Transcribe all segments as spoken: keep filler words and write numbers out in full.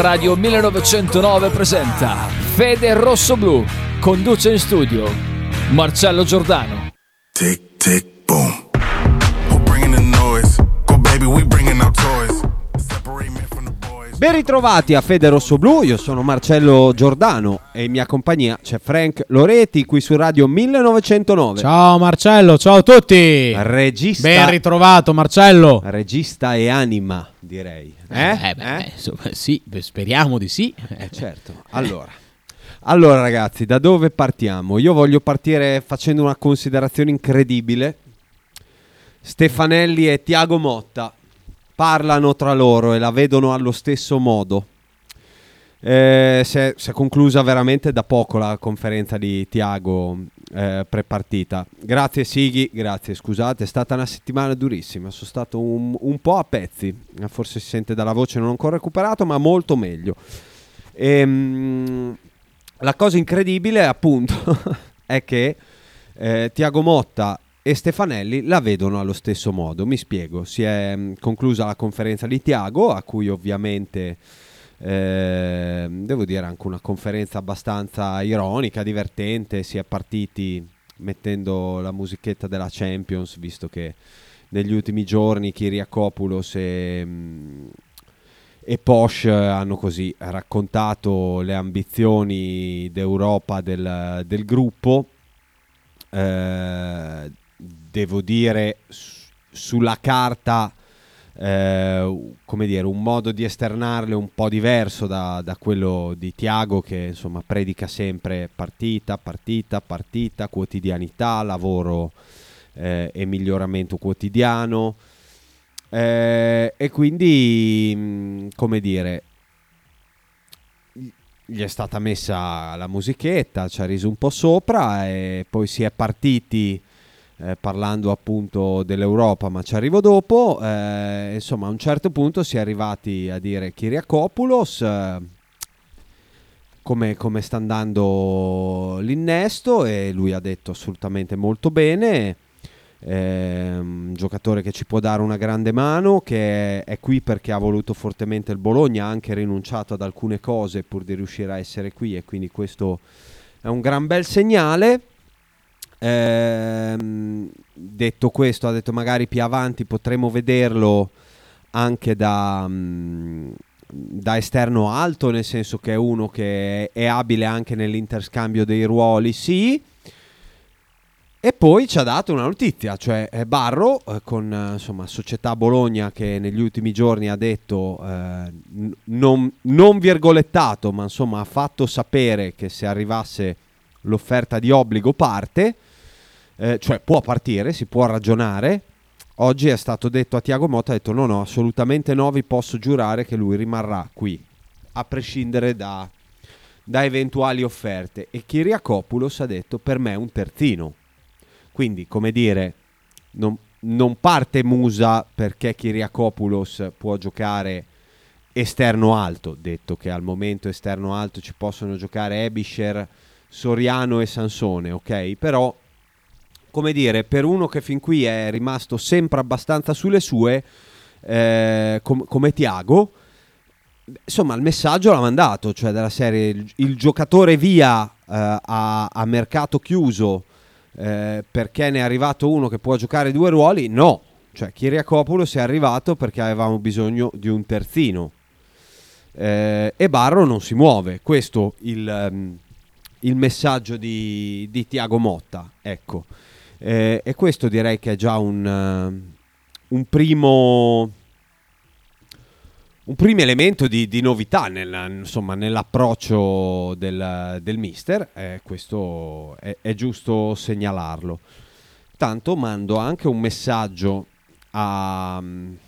Radio millenovecentonove presenta Fede Rosso Blu. Conduce in studio Marcello Giordano. Tic tic boom. Who bringing the noise? Go baby, we bringing our toys. Separate me from the boys. Ben ritrovati a Fede Rosso Blu, io sono Marcello Giordano e in mia compagnia c'è Frank Loreti qui su Radio millenovecentonove. Ciao Marcello, ciao a tutti. Regista. Ben ritrovato Marcello. Regista e anima, direi. Eh? Eh, beh, eh? Insomma, sì, speriamo di sì. Eh certo. Allora. Allora ragazzi, da dove partiamo? Io voglio partire facendo una considerazione incredibble. Stefanelli e Thiago Motta parlano tra loro e la vedono allo stesso modo. Eh, si, è, si è conclusa veramente da poco la conferenza di Thiago eh, pre-partita. Grazie Sighi, grazie, scusate, è stata una settimana durissima, sono stato un, un po' a pezzi, forse si sente dalla voce, non ho ancora recuperato, ma molto meglio. Ehm... La cosa incredibile appunto è che eh, Thiago Motta e Stefanelli la vedono allo stesso modo. Mi spiego, si è mh, conclusa la conferenza di Thiago, a cui ovviamente eh, devo dire anche una conferenza abbastanza ironica, divertente. Si è partiti mettendo la musichetta della Champions, visto che negli ultimi giorni Kyriakopoulos e... Mh, e Posh hanno così raccontato le ambizioni d'Europa del, del gruppo. Eh, devo dire su, sulla carta eh, come dire, un modo di esternarle un po' diverso da, da quello di Thiago, che insomma predica sempre partita, partita, partita, quotidianità, lavoro eh, e miglioramento quotidiano. Eh, e quindi mh, come dire, gli è stata messa la musichetta, ci ha riso un po' sopra e poi si è partiti eh, parlando appunto dell'Europa, ma ci arrivo dopo. Eh, insomma, a un certo punto si è arrivati a dire Kyriakopoulos eh, come, come sta andando l'innesto, e lui ha detto assolutamente molto bene. Eh, un giocatore che ci può dare una grande mano, che è, è qui perché ha voluto fortemente il Bologna, ha anche rinunciato ad alcune cose pur di riuscire a essere qui, e quindi questo è un gran bel segnale. Eh, detto questo, ha detto magari più avanti potremo vederlo anche da, da esterno alto, nel senso che è uno che è abile anche nell'interscambio dei ruoli, sì. E poi ci ha dato una notizia, cioè Barro eh, con eh, insomma Società Bologna, che negli ultimi giorni ha detto eh, n- non, non virgolettato, ma insomma ha fatto sapere che se arrivasse l'offerta di obbligo parte, eh, cioè può partire, si può ragionare. Oggi è stato detto a Thiago Motta, ha detto no no, assolutamente no, vi posso giurare che lui rimarrà qui a prescindere da, da eventuali offerte. E Kyriakopoulos ha detto per me è un terzino. Quindi, come dire, non, non parte Musa perché Kyriakopoulos può giocare esterno alto, detto che al momento esterno alto ci possono giocare Ebischer, Soriano e Sansone, ok? Però, come dire, per uno che fin qui è rimasto sempre abbastanza sulle sue, eh, com- come Thiago, insomma il messaggio l'ha mandato, cioè della serie il, il giocatore via eh, a, a mercato chiuso, Eh, perché ne è arrivato uno che può giocare due ruoli? No, cioè Kyriakopoulos è arrivato perché avevamo bisogno di un terzino, eh, e Barro non si muove. Questo il, um, il messaggio di, di Thiago Motta, ecco, eh, e questo direi che è già un, uh, un primo un primo elemento di, di novità nel, insomma, nell'approccio del, del mister. Eh, questo è, è giusto segnalarlo. Tanto mando anche un messaggio a,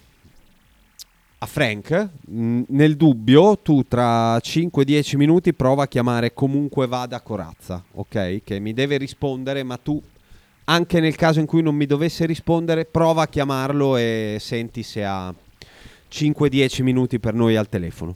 a Frank. Nel dubbio tu tra cinque dieci minuti prova a chiamare comunque vada Corazza, ok? Che mi deve rispondere, ma tu anche nel caso in cui non mi dovesse rispondere prova a chiamarlo e senti se ha cinque dieci minuti per noi al telefono.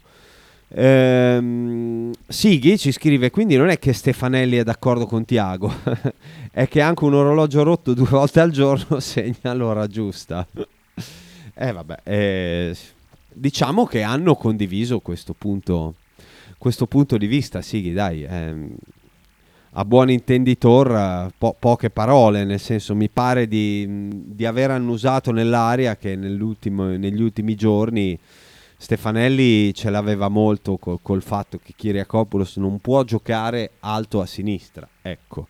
ehm, Sighi ci scrive: quindi non è che Stefanelli è d'accordo con Thiago è che anche un orologio rotto due volte al giorno segna l'ora giusta. Eh vabbè, eh, diciamo che hanno condiviso questo punto, questo punto di vista. Sì, dai, ehm, a buon intenditor po- poche parole, nel senso, mi pare di, di aver annusato nell'aria che nell'ultimo, negli ultimi giorni Stefanelli ce l'aveva molto col, col fatto che Kyriakopoulos non può giocare alto a sinistra, ecco.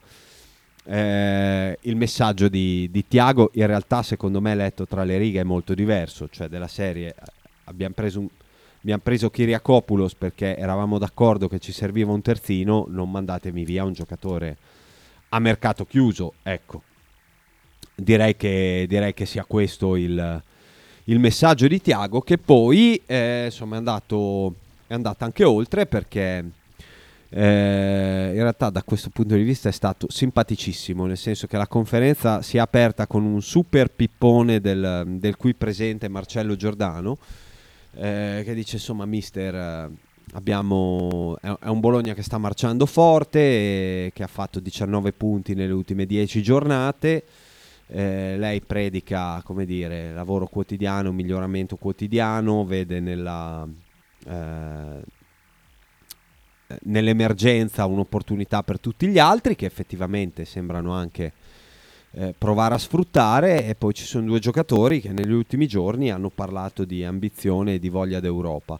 Eh, il messaggio di, di Thiago in realtà, secondo me, letto tra le righe, è molto diverso, cioè della serie abbiamo preso un abbiamo preso Kyriakopoulos perché eravamo d'accordo che ci serviva un terzino, non mandatemi via un giocatore a mercato chiuso, ecco. Direi che, direi che sia questo il, il messaggio di Thiago, che poi eh, insomma è andato è andato anche oltre, perché eh, in realtà da questo punto di vista è stato simpaticissimo, nel senso che la conferenza si è aperta con un super pippone del, del qui presente Marcello Giordano, Eh, che dice insomma mister, eh, abbiamo, è, è un Bologna che sta marciando forte, e che ha fatto diciannove punti nelle ultime dieci giornate, eh, lei predica, come dire, lavoro quotidiano, miglioramento quotidiano, vede nella eh, nell'emergenza un'opportunità per tutti gli altri, che effettivamente sembrano anche Eh, provare a sfruttare. E poi ci sono due giocatori che negli ultimi giorni hanno parlato di ambizione e di voglia d'Europa.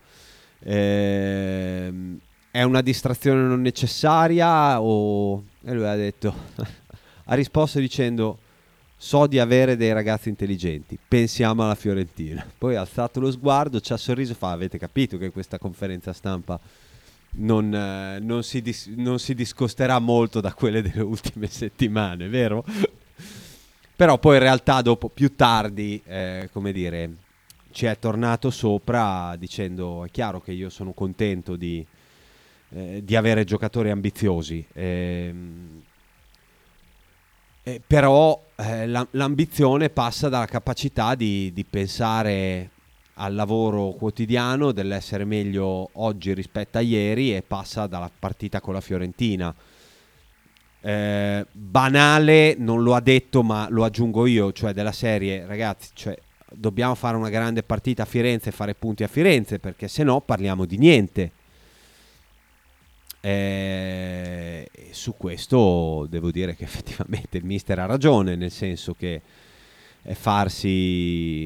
Eh, è una distrazione non necessaria o... E lui ha detto ha risposto dicendo: so di avere dei ragazzi intelligenti, pensiamo alla Fiorentina. Poi ha alzato lo sguardo, ci ha sorriso, fa: avete capito che questa conferenza stampa non, eh, non, si dis- non si discosterà molto da quelle delle ultime settimane, vero? Però poi in realtà dopo, più tardi, eh, come dire, ci è tornato sopra dicendo: è chiaro che io sono contento di, eh, di avere giocatori ambiziosi, ehm, eh, però eh, la, l'ambizione passa dalla capacità di, di pensare al lavoro quotidiano, dell'essere meglio oggi rispetto a ieri, e passa dalla partita con la Fiorentina. Eh, banale non lo ha detto, ma lo aggiungo io, cioè della serie: ragazzi, cioè, dobbiamo fare una grande partita a Firenze e fare punti a Firenze, perché se no parliamo di niente. Eh, su questo devo dire che effettivamente il mister ha ragione, nel senso che è farsi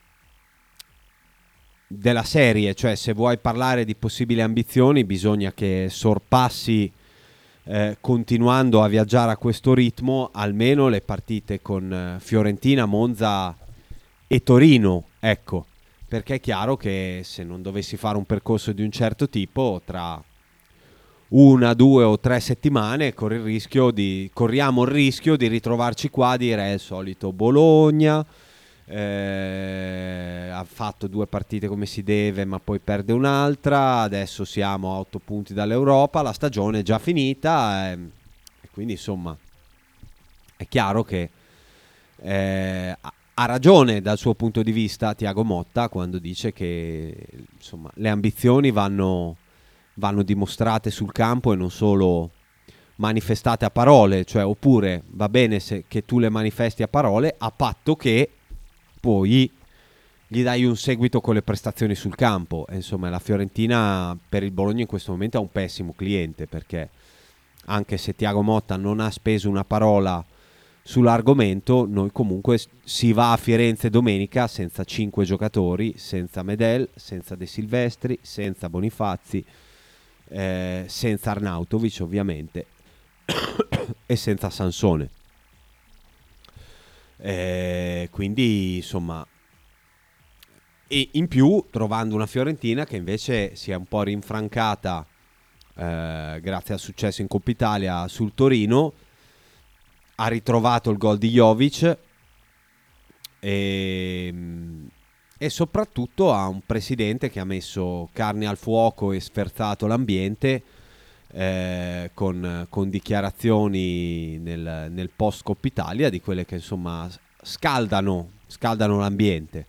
della serie, cioè se vuoi parlare di possibili ambizioni bisogna che sorpassi, Eh, continuando a viaggiare a questo ritmo, almeno le partite con eh, Fiorentina, Monza e Torino, ecco, perché è chiaro che se non dovessi fare un percorso di un certo tipo, tra una, due o tre settimane corri il rischio di, corriamo il rischio di ritrovarci qua a dire: è il solito Bologna, eh, ha fatto due partite come si deve ma poi perde un'altra, adesso siamo a otto punti dall'Europa, la stagione è già finita, eh, e quindi insomma è chiaro che eh, ha ragione dal suo punto di vista Thiago Motta quando dice che insomma le ambizioni vanno, vanno dimostrate sul campo e non solo manifestate a parole, cioè, oppure va bene se, che tu le manifesti a parole, a patto che poi gli dai un seguito con le prestazioni sul campo. E insomma la Fiorentina per il Bologna in questo momento è un pessimo cliente, perché anche se Thiago Motta non ha speso una parola sull'argomento, noi comunque si va a Firenze domenica senza cinque giocatori, senza Medel, senza De Silvestri, senza Bonifazzi, eh, senza Arnautovic ovviamente e senza Sansone. Eh, quindi insomma, e in più trovando una Fiorentina che invece si è un po' rinfrancata eh, grazie al successo in Coppa Italia sul Torino, ha ritrovato il gol di Jovic e, e soprattutto ha un presidente che ha messo carne al fuoco e sferzato l'ambiente, Eh, con, con dichiarazioni nel, nel post Coppa Italia di quelle che insomma scaldano, scaldano l'ambiente.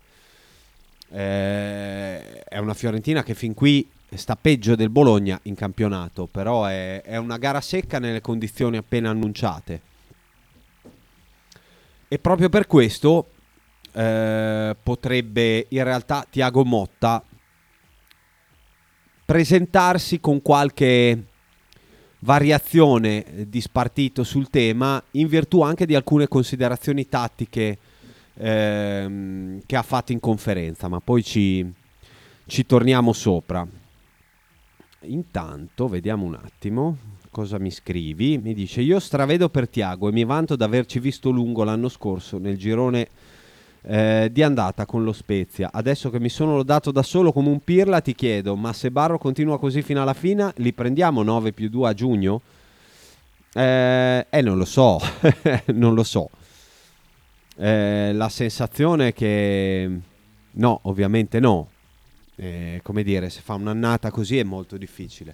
Eh, è una Fiorentina che fin qui sta peggio del Bologna in campionato, però è, è una gara secca nelle condizioni appena annunciate, e proprio per questo eh, potrebbe in realtà Thiago Motta presentarsi con qualche variazione di spartito sul tema, in virtù anche di alcune considerazioni tattiche ehm, che ha fatto in conferenza, ma poi ci, ci torniamo sopra. Intanto vediamo un attimo cosa mi scrivi. Mi dice: io stravedo per Thiago e mi vanto d'averci visto lungo l'anno scorso nel girone eh, di andata con lo Spezia. Adesso che mi sono lodato da solo come un pirla, ti chiedo, ma se Barro continua così fino alla fine, li prendiamo nove più due a giugno? Eh, eh non lo so, non lo so. Eh, la sensazione è che no, ovviamente no. Eh, come dire, se fa un'annata così è molto difficile.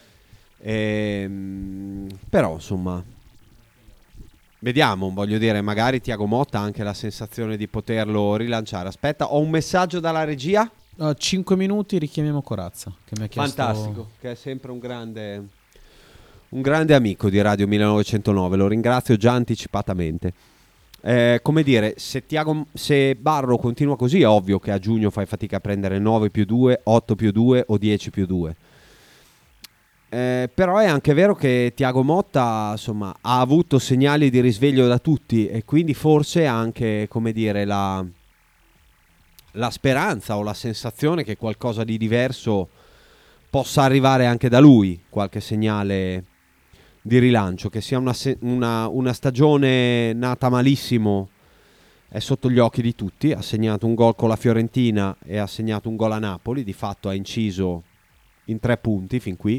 Ehm, però insomma vediamo, voglio dire, magari Thiago Motta ha anche la sensazione di poterlo rilanciare. Aspetta, ho un messaggio dalla regia. Uh, cinque minuti richiamiamo Corazza, che mi ha chiesto... Fantastico, che è sempre un grande un grande amico di Radio millenovecentonove, lo ringrazio già anticipatamente. Eh, come dire, se, Thiago, se Barro continua così è ovvio che a giugno fai fatica a prendere nove più due, otto più due o dieci più due. Eh, però è anche vero che Thiago Motta, insomma, ha avuto segnali di risveglio da tutti e quindi forse anche, come dire, la, la speranza o la sensazione che qualcosa di diverso possa arrivare anche da lui, qualche segnale di rilancio, che sia una, una, una stagione nata malissimo è sotto gli occhi di tutti. Ha segnato un gol con la Fiorentina e ha segnato un gol a Napoli, di fatto ha inciso in tre punti fin qui.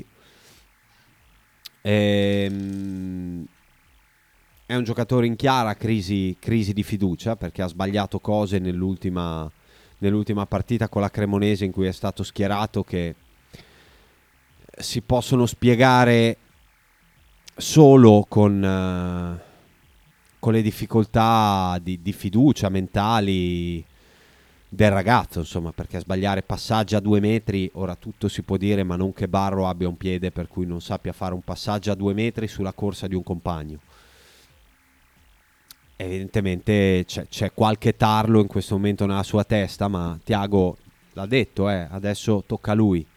Ehm, è un giocatore in chiara crisi, crisi di fiducia, perché ha sbagliato cose nell'ultima, nell'ultima partita con la Cremonese in cui è stato schierato, che si possono spiegare solo con, uh, con le difficoltà di, di fiducia mentali del ragazzo, insomma, perché sbagliare passaggi a due metri, ora tutto si può dire, ma non che Barro abbia un piede per cui non sappia fare un passaggio a due metri sulla corsa di un compagno. Evidentemente c'è, c'è qualche tarlo in questo momento nella sua testa, ma Thiago l'ha detto, eh, adesso tocca a lui.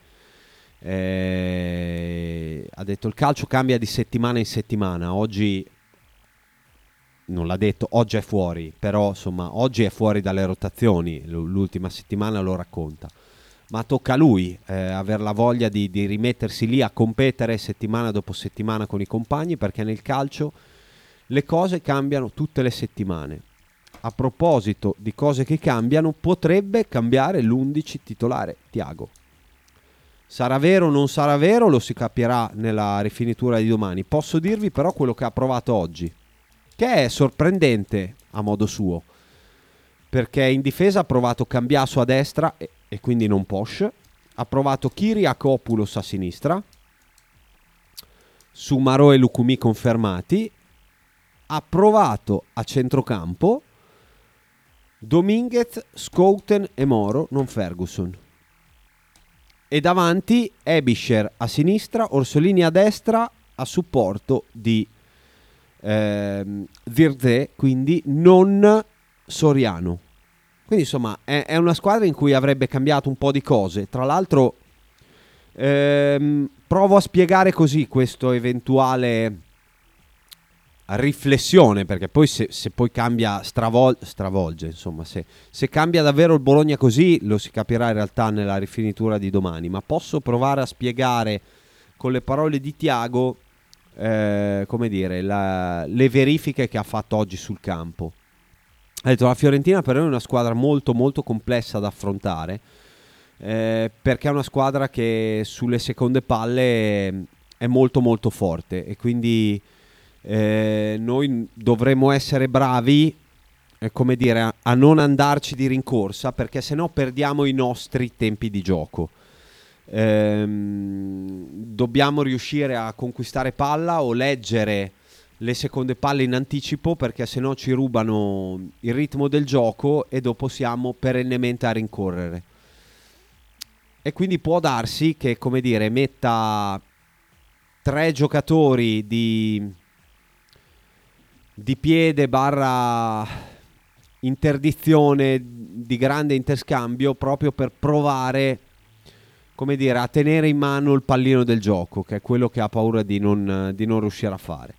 Eh, ha detto il calcio cambia di settimana in settimana. Oggi non l'ha detto, oggi è fuori, però insomma oggi è fuori dalle rotazioni, l'ultima settimana lo racconta, ma tocca a lui eh, avere la voglia di, di rimettersi lì a competere settimana dopo settimana con i compagni, perché nel calcio le cose cambiano tutte le settimane. A proposito di cose che cambiano, potrebbe cambiare l'undici titolare Thiago. Sarà vero o non sarà vero, lo si capirà nella rifinitura di domani. Posso dirvi però quello che ha provato oggi, che è sorprendente a modo suo, perché in difesa ha provato Cambiaso a destra e, e quindi non Posch, ha provato Kyriakopoulos a sinistra, Soumarò e Lukumi confermati, ha provato a centrocampo Dominguez, Schouten e Moro, non Ferguson. E davanti Ebischer a sinistra, Orsolini a destra, a supporto di ehm, Zirze, quindi non Soriano. Quindi insomma è, è una squadra in cui avrebbe cambiato un po' di cose. Tra l'altro ehm, provo a spiegare così questo eventuale riflessione, perché poi se, se poi cambia stravol- stravolge, insomma se, se cambia davvero il Bologna così lo si capirà in realtà nella rifinitura di domani, ma posso provare a spiegare con le parole di Thiago eh, come dire la, le verifiche che ha fatto oggi sul campo. Ha detto: la Fiorentina per noi è una squadra molto molto complessa da affrontare, eh, perché è una squadra che sulle seconde palle è molto molto forte e quindi Eh, noi dovremmo essere bravi eh, come dire a, a non andarci di rincorsa, perché sennò perdiamo i nostri tempi di gioco. Ehm, dobbiamo riuscire a conquistare palla o leggere le seconde palle in anticipo, perché sennò ci rubano il ritmo del gioco e dopo siamo perennemente a rincorrere. E quindi può darsi che, come dire, metta tre giocatori di di piede barra interdizione di grande interscambio proprio per provare come dire, a tenere in mano il pallino del gioco, che è quello che ha paura di non, di non riuscire a fare.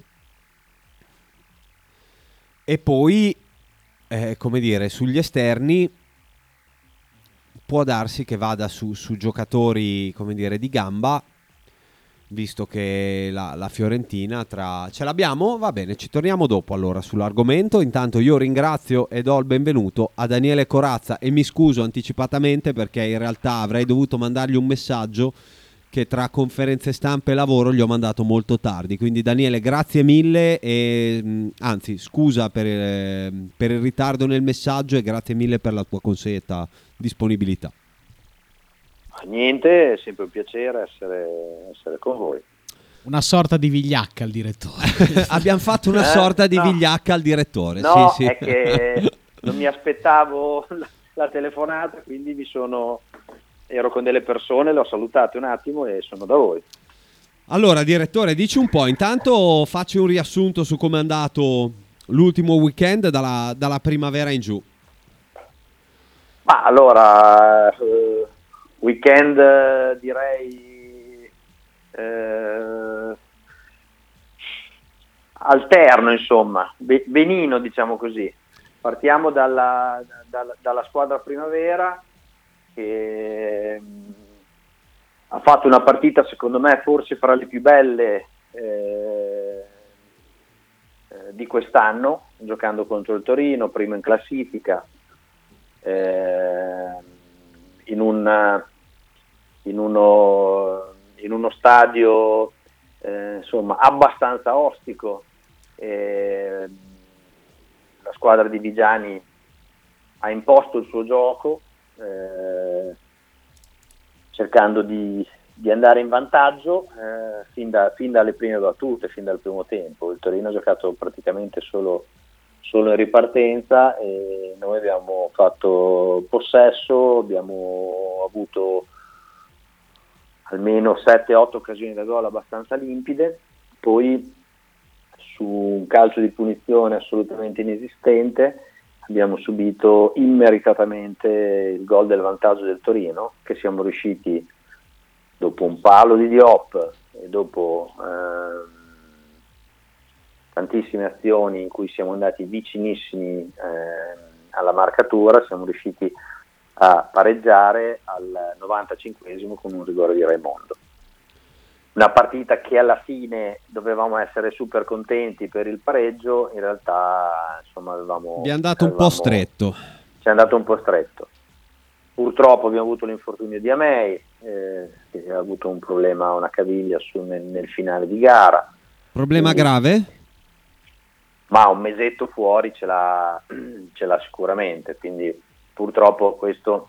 E poi, eh, come dire, sugli esterni può darsi che vada su, su giocatori, come dire, di gamba, visto che la, la Fiorentina tra... Ce l'abbiamo? Va bene, ci torniamo dopo allora sull'argomento. Intanto io ringrazio e do il benvenuto a Daniele Corazza e mi scuso anticipatamente perché in realtà avrei dovuto mandargli un messaggio che tra conferenze stampa e lavoro gli ho mandato molto tardi. Quindi Daniele, grazie mille e mh, anzi scusa per, eh, per il ritardo nel messaggio e grazie mille per la tua consueta disponibilità. Niente, è sempre un piacere essere, essere con voi. Una sorta di vigliacca al direttore. Abbiamo fatto una Eh, sorta di no. vigliacca al direttore. No, sì, sì. è che non mi aspettavo la, la telefonata, quindi mi sono ero con delle persone, le ho salutate un attimo e sono da voi. Allora, direttore, dici un po'. Intanto facci un riassunto su come è andato l'ultimo weekend dalla, dalla primavera in giù. Ma allora, eh, weekend eh, direi eh, alterno, insomma, be- benino, diciamo così. Partiamo dalla, dalla, dalla squadra primavera che mh, ha fatto una partita secondo me forse fra le più belle eh, eh, di quest'anno, giocando contro il Torino, primo in classifica. Eh, in, un, in, uno, in uno stadio eh, insomma abbastanza ostico. Eh, la squadra di Vigiani ha imposto il suo gioco eh, cercando di, di andare in vantaggio eh, fin, da, fin dalle prime battute, fin dal primo tempo. Il Torino ha giocato praticamente solo solo in ripartenza e noi abbiamo fatto possesso, abbiamo avuto almeno sette otto occasioni da gol abbastanza limpide, poi su un calcio di punizione assolutamente inesistente abbiamo subito immeritatamente il gol del vantaggio del Torino, che siamo riusciti dopo un palo di Diop e dopo eh, tantissime azioni in cui siamo andati vicinissimi eh, alla marcatura, siamo riusciti a pareggiare al novantacinquesimo con un rigore di Raimondo. Una partita che alla fine dovevamo essere super contenti per il pareggio, in realtà insomma avevamo... Vi è andato avevamo, un po' stretto. Ci è andato un po' stretto. Purtroppo abbiamo avuto l'infortunio di Amei, eh, che ha avuto un problema a una caviglia su, nel, nel finale di gara. Problema Quindi, grave? ma un mesetto fuori ce l'ha, ce l'ha sicuramente, quindi purtroppo questo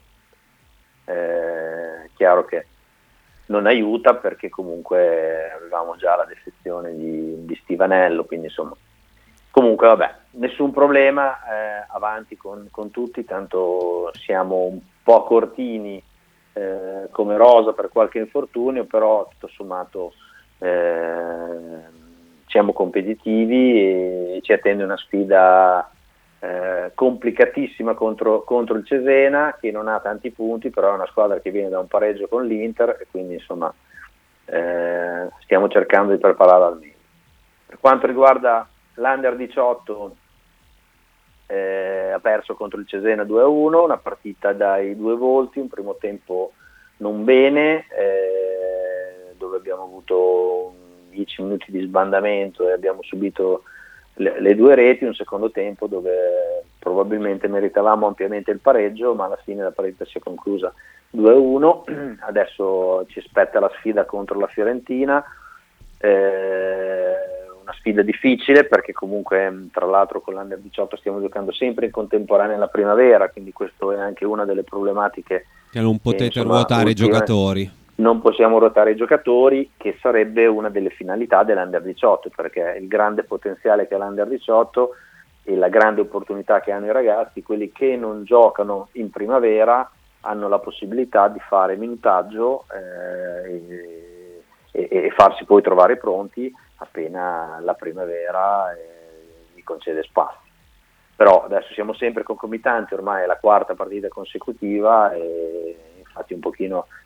è chiaro che non aiuta, perché comunque avevamo già la defezione di, di Stivanello, quindi insomma comunque vabbè, nessun problema, eh, avanti con, con tutti, tanto siamo un po' cortini eh, come rosa per qualche infortunio, però tutto sommato eh, siamo competitivi e ci attende una sfida eh, complicatissima contro, contro il Cesena, che non ha tanti punti, però è una squadra che viene da un pareggio con l'Inter e quindi insomma eh, stiamo cercando di prepararla al meglio. Per quanto riguarda l'Under diciotto, eh, ha perso contro il Cesena due a uno, una partita dai due volti, un primo tempo non bene, eh, dove abbiamo avuto dieci minuti di sbandamento e abbiamo subito le, le due reti, un secondo tempo dove probabilmente meritavamo ampiamente il pareggio, ma alla fine la partita si è conclusa due a uno. Adesso ci aspetta la sfida contro la Fiorentina, eh, una sfida difficile perché comunque tra l'altro con l'Under diciotto stiamo giocando sempre in contemporanea nella primavera, quindi questo è anche una delle problematiche Che non potete che, insomma, ruotare i ultima- giocatori. non possiamo ruotare i giocatori, che sarebbe una delle finalità dell'Under diciotto, perché il grande potenziale che ha l'Under diciotto e la grande opportunità che hanno i ragazzi, quelli che non giocano in primavera, hanno la possibilità di fare minutaggio eh, e, e farsi poi trovare pronti appena la primavera eh, gli concede spazio. Però adesso siamo sempre concomitanti, ormai è la quarta partita consecutiva e infatti un pochino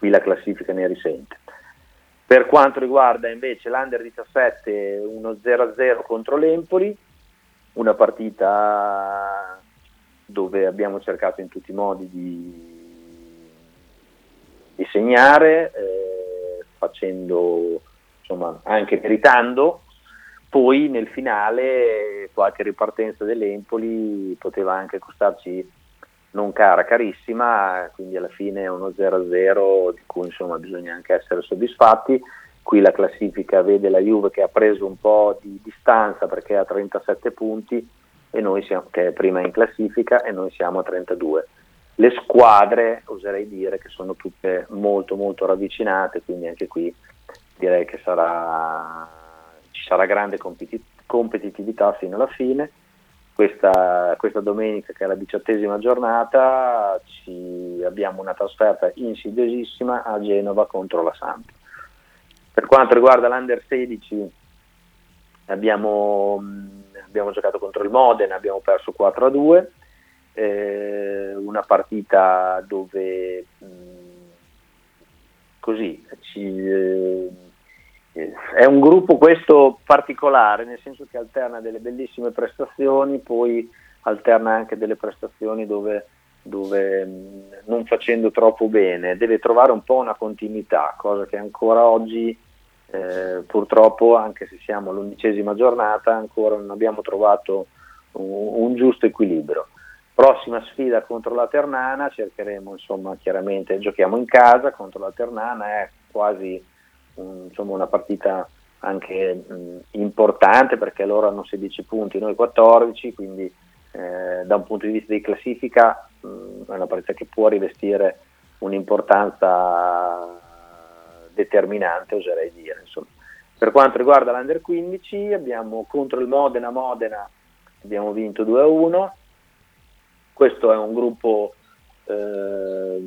qui la classifica ne risente. Per quanto riguarda invece l'Under diciassette, uno zero a zero contro l'Empoli, una partita dove abbiamo cercato in tutti i modi di, di segnare, eh, facendo, insomma, anche meritando. Poi nel finale qualche ripartenza dell'Empoli poteva anche costarci non cara, carissima, quindi alla fine è uno zero a zero di cui insomma bisogna anche essere soddisfatti. Qui la classifica vede la Juve che ha preso un po' di distanza perché ha trentasette punti, e noi siamo, che è prima in classifica, e noi siamo a trentadue. Le squadre, oserei dire, che sono tutte molto molto ravvicinate, quindi anche qui direi che sarà, ci sarà grande competi- competitività fino alla fine. Questa, questa domenica, che è la diciottesima giornata, ci, abbiamo una trasferta insidiosissima a Genova contro la Samp. Per quanto riguarda l'Under sedici, abbiamo, abbiamo giocato contro il Modena, abbiamo perso quattro a due, eh, una partita dove mh, così ci... Eh, è un gruppo questo particolare, nel senso che alterna delle bellissime prestazioni, poi alterna anche delle prestazioni dove, dove non facendo troppo bene, deve trovare un po' una continuità, cosa che ancora oggi eh, purtroppo, anche se siamo all'undicesima giornata, ancora non abbiamo trovato un, un giusto equilibrio. Prossima sfida contro la Ternana, cercheremo, insomma, chiaramente giochiamo in casa contro la Ternana, è quasi un, insomma, una partita anche mh, importante, perché loro hanno sedici punti, noi quattordici, quindi eh, da un punto di vista di classifica mh, è una partita che può rivestire un'importanza determinante, oserei dire, insomma. Per quanto riguarda l'Under quindici, abbiamo contro il Modena Modena abbiamo vinto due a uno. Questo è un gruppo eh,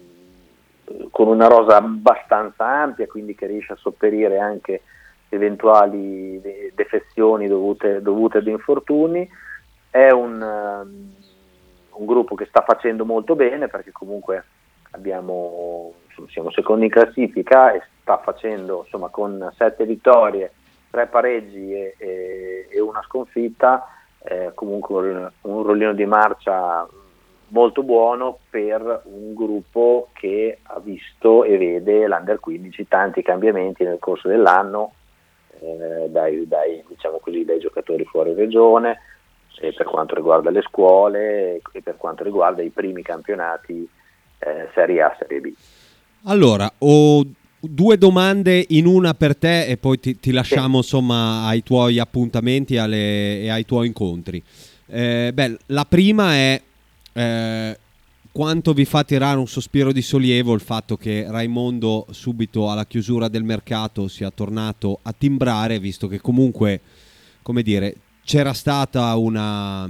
con una rosa abbastanza ampia, quindi che riesce a sopperire anche eventuali de- defezioni dovute, dovute ad infortuni. È un, um, un gruppo che sta facendo molto bene, perché comunque abbiamo, insomma, siamo secondi in classifica e sta facendo, insomma, con sette vittorie, tre pareggi e, e, e una sconfitta, eh, comunque un, un rollino di marcia molto buono per un gruppo che ha visto e vede l'Under quindici tanti cambiamenti nel corso dell'anno, eh, dai, dai, diciamo così, dai giocatori fuori regione, e per quanto riguarda le scuole e per quanto riguarda i primi campionati eh, Serie A, Serie B. Allora, ho due domande in una per te e poi ti, ti lasciamo, sì, insomma, ai tuoi appuntamenti alle, e ai tuoi incontri. Eh, beh, la prima è Eh, quanto vi fa tirare un sospiro di sollievo il fatto che Raimondo subito alla chiusura del mercato sia tornato a timbrare, visto che comunque, come dire, c'era stata una,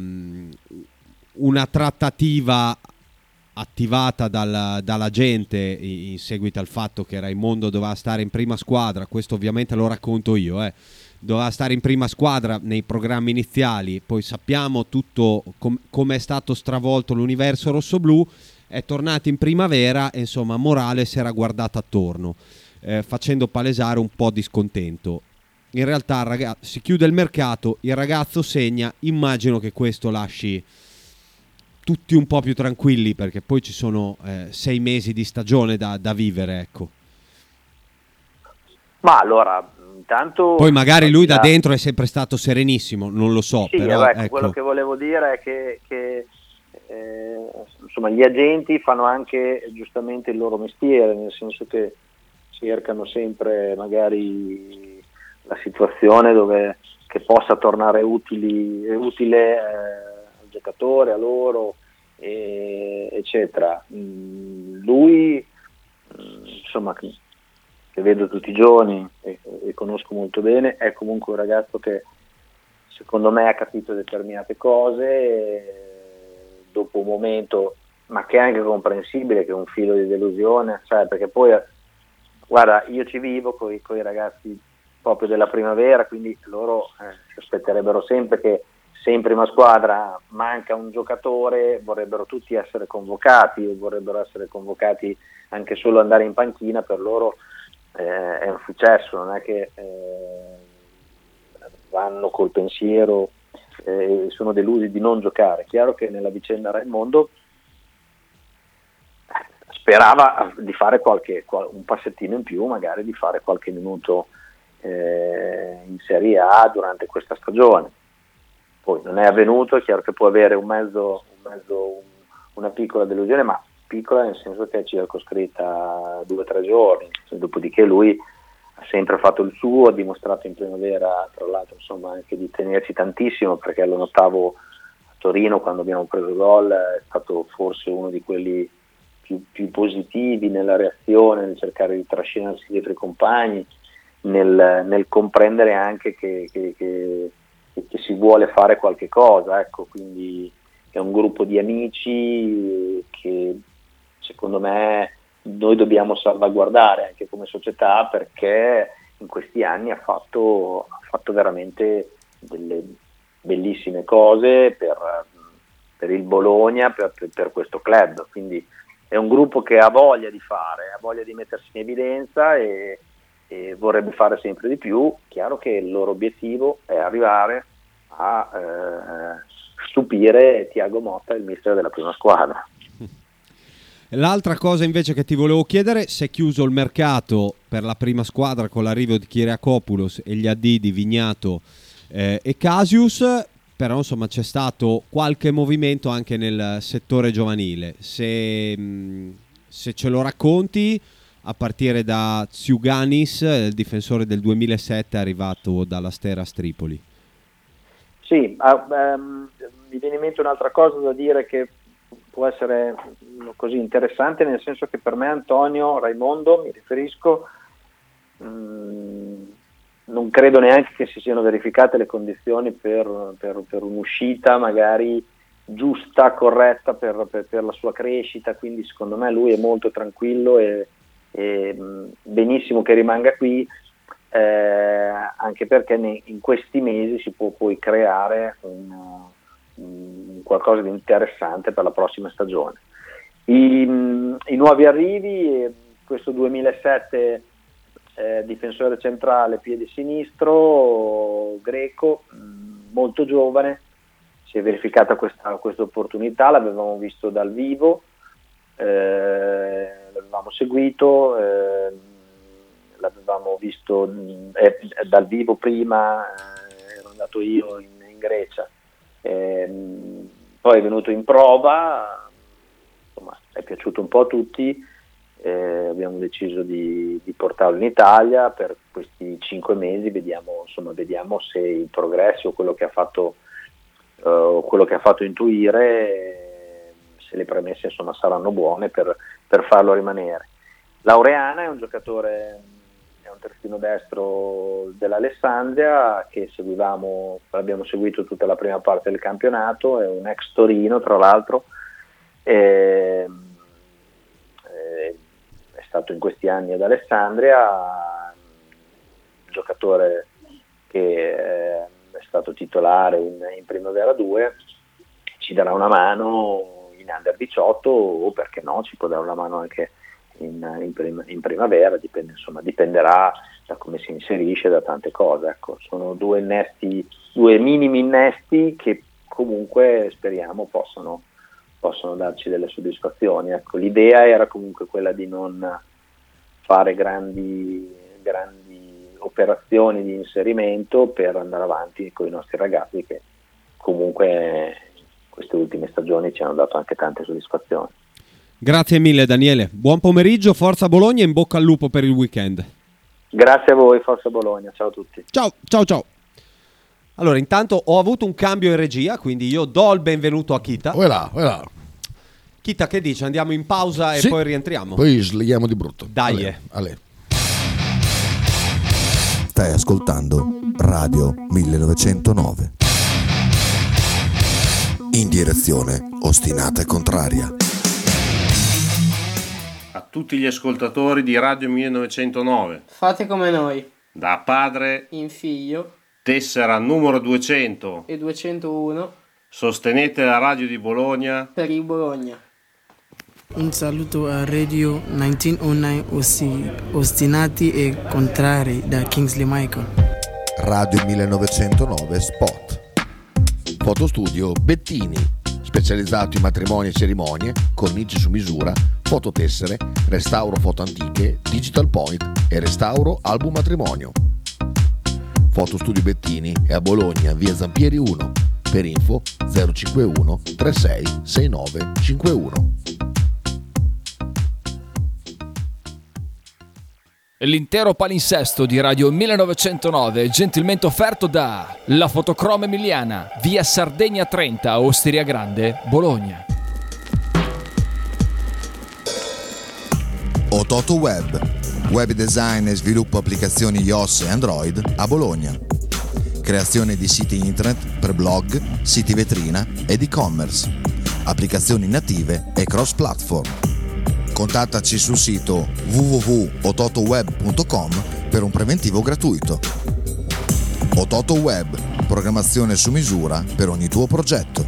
una trattativa attivata dal, dalla gente in seguito al fatto che Raimondo doveva stare in prima squadra. Questo ovviamente lo racconto io, eh. Doveva stare in prima squadra nei programmi iniziali, poi sappiamo tutto com- come è stato stravolto l'universo rossoblù, è tornato in primavera e insomma Morale si era guardato attorno, eh, facendo palesare un po' di scontento. In realtà ragazzi, si chiude il mercato, il ragazzo segna, immagino che questo lasci tutti un po' più tranquilli, perché poi ci sono eh, sei mesi di stagione da, da vivere, ecco. Ma allora, intanto, poi magari lui da dentro è sempre stato serenissimo, non lo so, sì, però ecco, ecco. Quello che volevo dire è che, che eh, insomma, gli agenti fanno anche giustamente il loro mestiere, nel senso che cercano sempre magari la situazione dove che possa tornare utili, utile eh, al giocatore, a loro, e, eccetera. Mm, lui, mm, insomma, che vedo tutti i giorni e, e conosco molto bene, è comunque un ragazzo che secondo me ha capito determinate cose e dopo un momento, ma che è anche comprensibile, che è un filo di delusione, cioè, perché poi guarda, io ci vivo con i ragazzi proprio della primavera, quindi loro eh, si aspetterebbero sempre che se in prima squadra manca un giocatore vorrebbero tutti essere convocati, o vorrebbero essere convocati anche solo andare in panchina, per loro eh, è un successo, non è che eh, vanno col pensiero e eh, sono delusi di non giocare. È chiaro che nella vicenda Raimondo sperava di fare qualche, un passettino in più, magari di fare qualche minuto eh, in Serie A durante questa stagione. Poi non è avvenuto, è chiaro che può avere un mezzo, un mezzo un, una piccola delusione, ma piccola nel senso che è circoscritta due o tre giorni, dopodiché lui ha sempre fatto il suo, ha dimostrato in primavera, tra l'altro, insomma, anche di tenersi tantissimo, perché lo notavo a Torino quando abbiamo preso gol, è stato forse uno di quelli più, più positivi nella reazione, nel cercare di trascinarsi dietro i compagni, nel, nel comprendere anche che, che, che, che si vuole fare qualche cosa, ecco, quindi è un gruppo di amici che secondo me noi dobbiamo salvaguardare anche come società, perché in questi anni ha fatto, ha fatto veramente delle bellissime cose per, per il Bologna, per, per, per questo club, quindi è un gruppo che ha voglia di fare, ha voglia di mettersi in evidenza e, e vorrebbe fare sempre di più. Chiaro che il loro obiettivo è arrivare a eh, stupire Thiago Motta, il mister della prima squadra. L'altra cosa invece che ti volevo chiedere, si è chiuso il mercato per la prima squadra con l'arrivo di Kyriakopoulos e gli addii di Vignato eh, e Casius, però insomma c'è stato qualche movimento anche nel settore giovanile. Se, mh, se ce lo racconti, a partire da Tsiouganis, il difensore del duemilasette arrivato dalla Steras Tripoli. Sì, uh, um, mi viene in mente un'altra cosa da dire che può essere così interessante, nel senso che per me Antonio Raimondo, mi riferisco, mh, non credo neanche che si siano verificate le condizioni per, per, per un'uscita magari giusta, corretta per, per, per la sua crescita, quindi secondo me lui è molto tranquillo e, e mh, benissimo che rimanga qui, eh, anche perché ne, in questi mesi si può poi creare un qualcosa di interessante per la prossima stagione. I, i nuovi arrivi, questo duemilasette eh, difensore centrale piede sinistro greco, molto giovane, si è verificata questa, questa opportunità, l'avevamo visto dal vivo, eh, l'avevamo seguito, eh, l'avevamo visto eh, dal vivo prima, eh, ero andato io in, in Grecia. Eh, poi è venuto in prova, insomma è piaciuto un po' a tutti, eh, abbiamo deciso di, di portarlo in Italia per questi cinque mesi, vediamo, insomma, vediamo se i progressi o quello che ha fatto uh, quello che ha fatto intuire, eh, se le premesse insomma saranno buone per, per farlo rimanere. Laureana è un giocatore, è un terzino destro dell'Alessandria che seguivamo, l'abbiamo seguito tutta la prima parte del campionato, è un ex Torino tra l'altro, e, e, è stato in questi anni ad Alessandria, un giocatore che è stato titolare in, in Primavera due, ci darà una mano in Under diciotto o perché no, ci può dare una mano anche In, in, prim- in primavera, dipende, insomma, dipenderà da come si inserisce, da tante cose. Ecco, sono due innesti, due minimi innesti che comunque speriamo possano, possono darci delle soddisfazioni. Ecco, l'idea era comunque quella di non fare grandi, grandi operazioni di inserimento per andare avanti con i nostri ragazzi che comunque queste ultime stagioni ci hanno dato anche tante soddisfazioni. Grazie mille Daniele, buon pomeriggio, forza Bologna e in bocca al lupo per il weekend. Grazie a voi, forza Bologna, ciao a tutti. Ciao, ciao, ciao. Allora, intanto ho avuto un cambio in regia, quindi io do il benvenuto a Kita. Voilà, voilà. Kita, che dice? Andiamo in pausa e Sì, poi rientriamo? Poi slighiamo di brutto. Dai. Ale, ale. Stai ascoltando Radio millenovecentonove. In direzione ostinata e contraria. A tutti gli ascoltatori di Radio millenovecentonove. Fate come noi. Da padre in figlio Tessera numero duecento e duecentouno sostenete la radio di Bologna per il Bologna. Un saluto a Radio millenovecentodiciannove Osti- Ostinati e Contrari da Kingsley Michael. Radio millenovecentonove Spot. Fotostudio Bettini, specializzato in matrimoni e cerimonie, cornici su misura, fototessere, restauro foto antiche, digital point e restauro album matrimonio. Fotostudio Bettini è a Bologna, via Zampieri uno. Per info zero cinquantuno trentasei sessantanove cinquantuno. L'intero palinsesto di Radio millenovecentonove gentilmente offerto da La Fotocroma Emiliana, via Sardegna trenta, Osteria Grande, Bologna. Ototo Web, web design e sviluppo applicazioni iOS e Android a Bologna. Creazione di siti internet per blog, siti vetrina ed e-commerce, applicazioni native e cross-platform. Contattaci sul sito w w w punto ototoweb punto com per un preventivo gratuito. Ototo Web, programmazione su misura per ogni tuo progetto.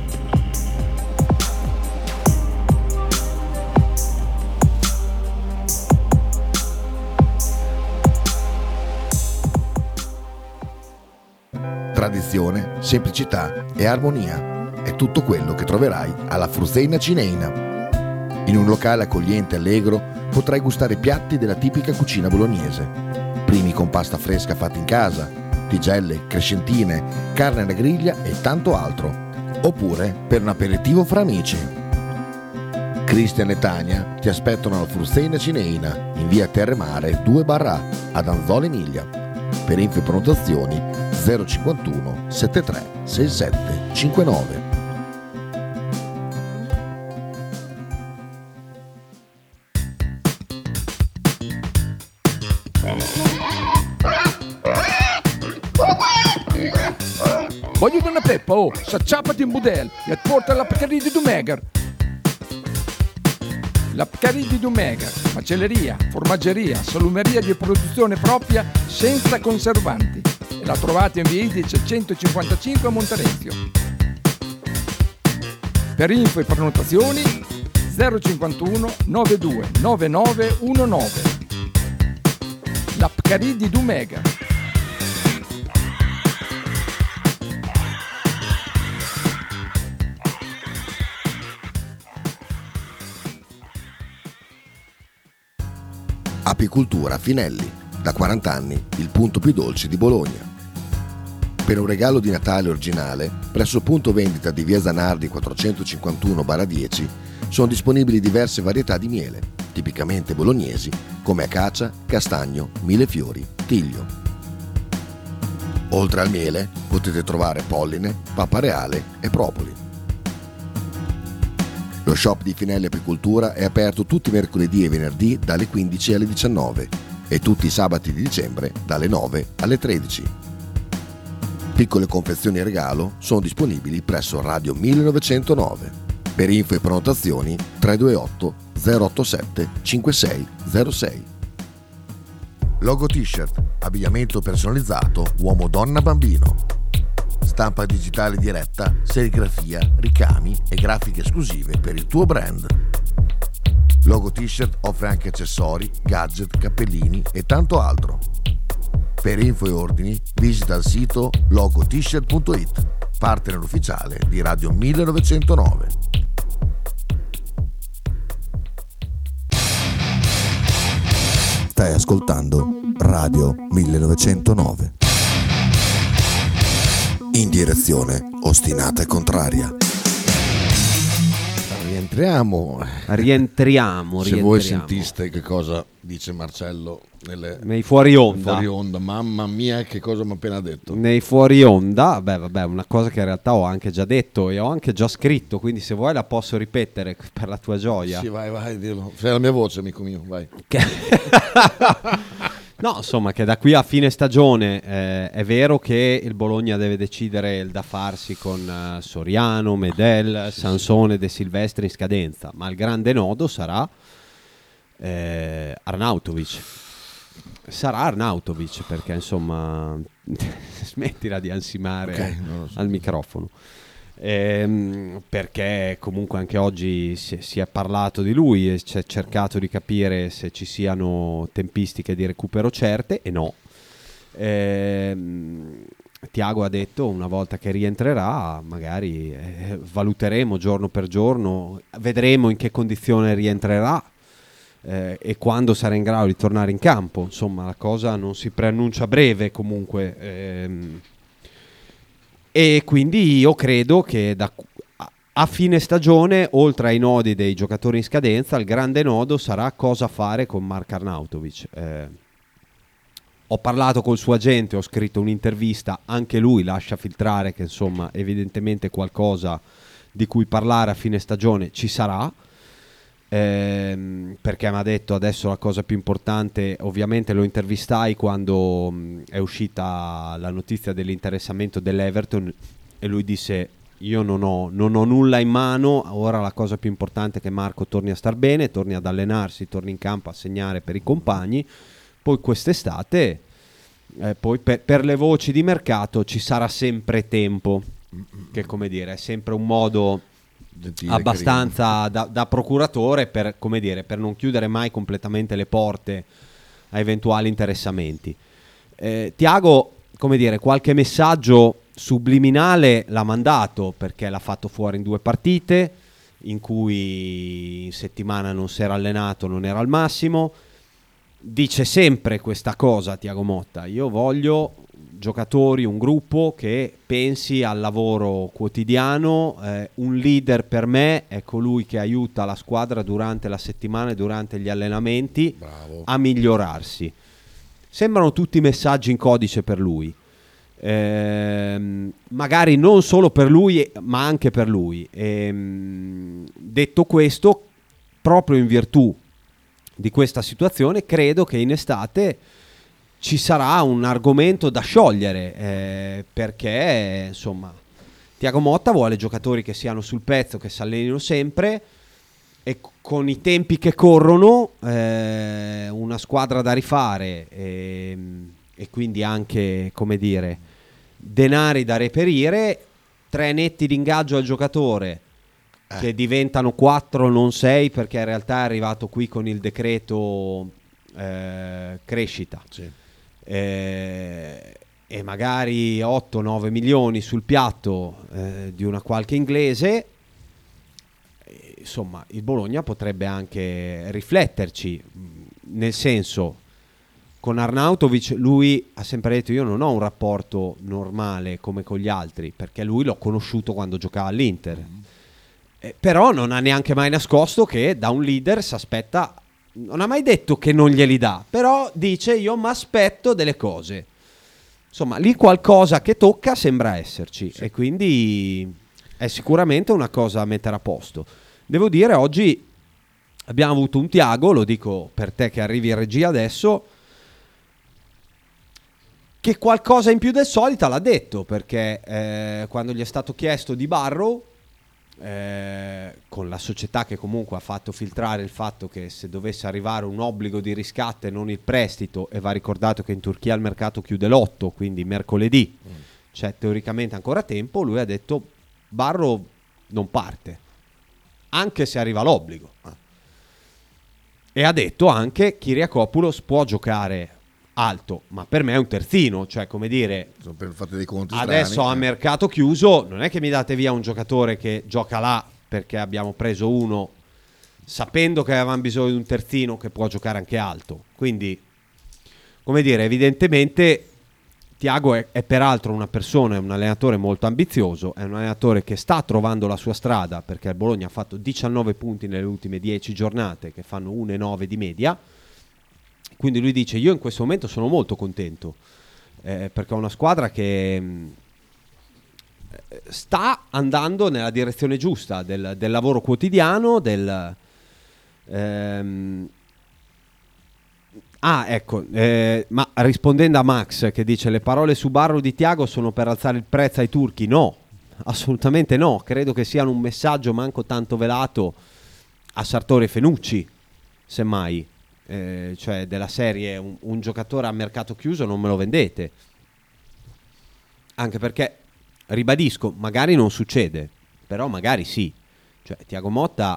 Tradizione, semplicità e armonia è tutto quello che troverai alla Fruzeina Cineina. In un locale accogliente e allegro potrai gustare piatti della tipica cucina bolognese. Primi con pasta fresca fatta in casa, tigelle, crescentine, carne alla griglia e tanto altro. Oppure per un aperitivo fra amici. Cristian e Tania ti aspettano alla Fruzeina Cineina in via Terremare due barra ad Anzola Emilia. Per info e prenotazioni zero cinquantuno settantatré sessantasette cinquantanove. Voglio una peppa, oh, s'acciappati in budel e porta la Pcaridi di Dumegar. La Pcaridi di Dumegar, macelleria, formaggeria, salumeria di produzione propria senza conservanti. E la trovate in via Idice centocinquantacinque a Monterezio. Per info e prenotazioni zero cinquantuno novantadue novantanove diciannove. La Pcaridi di Dumegar. Apicultura Finelli, da quaranta anni il punto più dolce di Bologna. Per un regalo di Natale originale, presso il punto vendita di via Zanardi quattrocentocinquantuno dieci sono disponibili diverse varietà di miele, tipicamente bolognesi, come acacia, castagno, millefiori, tiglio. Oltre al miele potete trovare polline, pappa reale e propoli. Lo shop di Finelli Apicoltura è aperto tutti i mercoledì e venerdì dalle quindici alle diciannove e tutti i sabati di dicembre dalle nove alle tredici. Piccole confezioni e regalo sono disponibili presso Radio millenovecentonove. Per info e prenotazioni tre due otto zero otto sette cinque sei zero sei. Logo T-shirt, abbigliamento personalizzato uomo, donna, bambino. Stampa digitale diretta, serigrafia, ricami e grafiche esclusive per il tuo brand. Logo T-shirt offre anche accessori, gadget, cappellini e tanto altro. Per info e ordini visita il sito logo t shirt punto it, partner ufficiale di Radio millenovecentonove. Stai ascoltando Radio millenovecentonove. In direzione ostinata e contraria. Rientriamo. Rientriamo, Se voi rientriamo. sentiste che cosa dice Marcello nelle, nei fuori onda. fuori onda, mamma mia che cosa mi ha appena detto. Nei fuori onda, beh vabbè, una cosa che in realtà ho anche già detto e ho anche già scritto, quindi se vuoi la posso ripetere per la tua gioia. Sì, vai, vai, dillo. Fai la mia voce, amico mio, vai. No, insomma, che da qui a fine stagione eh, è vero che il Bologna deve decidere il da farsi con uh, Soriano, Medel, sì, Sansone, sì. De Silvestri in scadenza, ma il grande nodo sarà eh, Arnautovic. sarà Arnautovic, perché insomma smettila di ansimare Okay, no, al microfono. Ehm, perché comunque anche oggi si, si è parlato di lui e si è cercato di capire se ci siano tempistiche di recupero certe, e no. Ehm, Tiago ha detto una volta che rientrerà magari eh, valuteremo giorno per giorno, vedremo in che condizione rientrerà eh, e quando sarà in grado di tornare in campo. Insomma, la cosa non si preannuncia breve comunque. Ehm, E quindi io credo che da, a fine stagione, oltre ai nodi dei giocatori in scadenza, il grande nodo sarà cosa fare con Mark Arnautovic. Eh, ho parlato col suo agente, ho scritto un'intervista, anche lui lascia filtrare che insomma evidentemente qualcosa di cui parlare a fine stagione ci sarà. Ehm, perché mi ha detto adesso la cosa più importante, ovviamente lo intervistai quando mh, è uscita la notizia dell'interessamento dell'Everton e lui disse io non ho, non ho nulla in mano, ora la cosa più importante è che Marco torni a star bene, torni ad allenarsi, torni in campo a segnare per i compagni, poi quest'estate eh, poi per, per le voci di mercato ci sarà sempre tempo, che come dire è sempre un modo gentile, abbastanza da, da procuratore per, come dire, per non chiudere mai completamente le porte a eventuali interessamenti. eh, Tiago, come dire, qualche messaggio subliminale l'ha mandato, perché l'ha fatto fuori in due partite in cui in settimana non si era allenato, non era al massimo. Dice sempre questa cosa Tiago Motta: io voglio giocatori, un gruppo che pensi al lavoro quotidiano, eh, un leader per me è colui che aiuta la squadra durante la settimana e durante gli allenamenti Bravo. a migliorarsi. Sembrano tutti messaggi in codice per lui, ehm, magari non solo per lui ma anche per lui. Ehm, detto questo, proprio in virtù di questa situazione credo che in estate ci sarà un argomento da sciogliere, eh, perché insomma Tiago Motta vuole giocatori che siano sul pezzo, che si allenino sempre, e con i tempi che corrono, eh, una squadra da rifare e, e quindi anche, come dire, denari da reperire, tre netti di ingaggio al giocatore eh. che diventano quattro, non sei, perché in realtà è arrivato qui con il decreto eh, crescita. Sì. Eh, e magari otto nove milioni sul piatto eh, di una qualche inglese, eh, insomma il Bologna potrebbe anche rifletterci, nel senso, con Arnautovic lui ha sempre detto io non ho un rapporto normale come con gli altri, perché lui l'ho conosciuto quando giocava all'Inter, mm. eh, però non ha neanche mai nascosto che da un leader si aspetta. Non ha mai detto che non glieli dà, però dice io mi aspetto delle cose. Insomma, lì qualcosa che tocca sembra esserci, sì. E quindi è sicuramente una cosa da mettere a posto. Devo dire, oggi abbiamo avuto un Tiago, lo dico per te che arrivi in regia adesso, che qualcosa in più del solito l'ha detto, perché eh, quando gli è stato chiesto di Barrow, Eh, con la società che comunque ha fatto filtrare il fatto che se dovesse arrivare un obbligo di riscatto e non il prestito, e va ricordato che in Turchia il mercato chiude l'otto, quindi mercoledì mm. c'è teoricamente ancora tempo, lui ha detto Barrow non parte anche se arriva l'obbligo, ah. e ha detto anche Kyriakopoulos può giocare alto, ma per me è un terzino, cioè come dire, per fate dei conti adesso strani, a eh. mercato chiuso non è che mi date via un giocatore che gioca là perché abbiamo preso uno sapendo che avevamo bisogno di un terzino che può giocare anche alto. Quindi, come dire, evidentemente Tiago è, è peraltro una persona, è un allenatore molto ambizioso, è un allenatore che sta trovando la sua strada, perché il Bologna ha fatto diciannove punti nelle ultime dieci giornate che fanno uno virgola nove di media. Quindi lui dice io in questo momento sono molto contento, eh, perché ho una squadra che mh, sta andando nella direzione giusta del, del lavoro quotidiano, del ehm, ah ecco eh, ma rispondendo a Max che dice le parole su Barrow di Tiago sono per alzare il prezzo ai turchi, no, assolutamente no, credo che siano un messaggio manco tanto velato a Sartori e Fenucci, semmai. eh, cioè della serie un, un giocatore a mercato chiuso non me lo vendete, anche perché, ribadisco, magari non succede, però magari sì, cioè Thiago Motta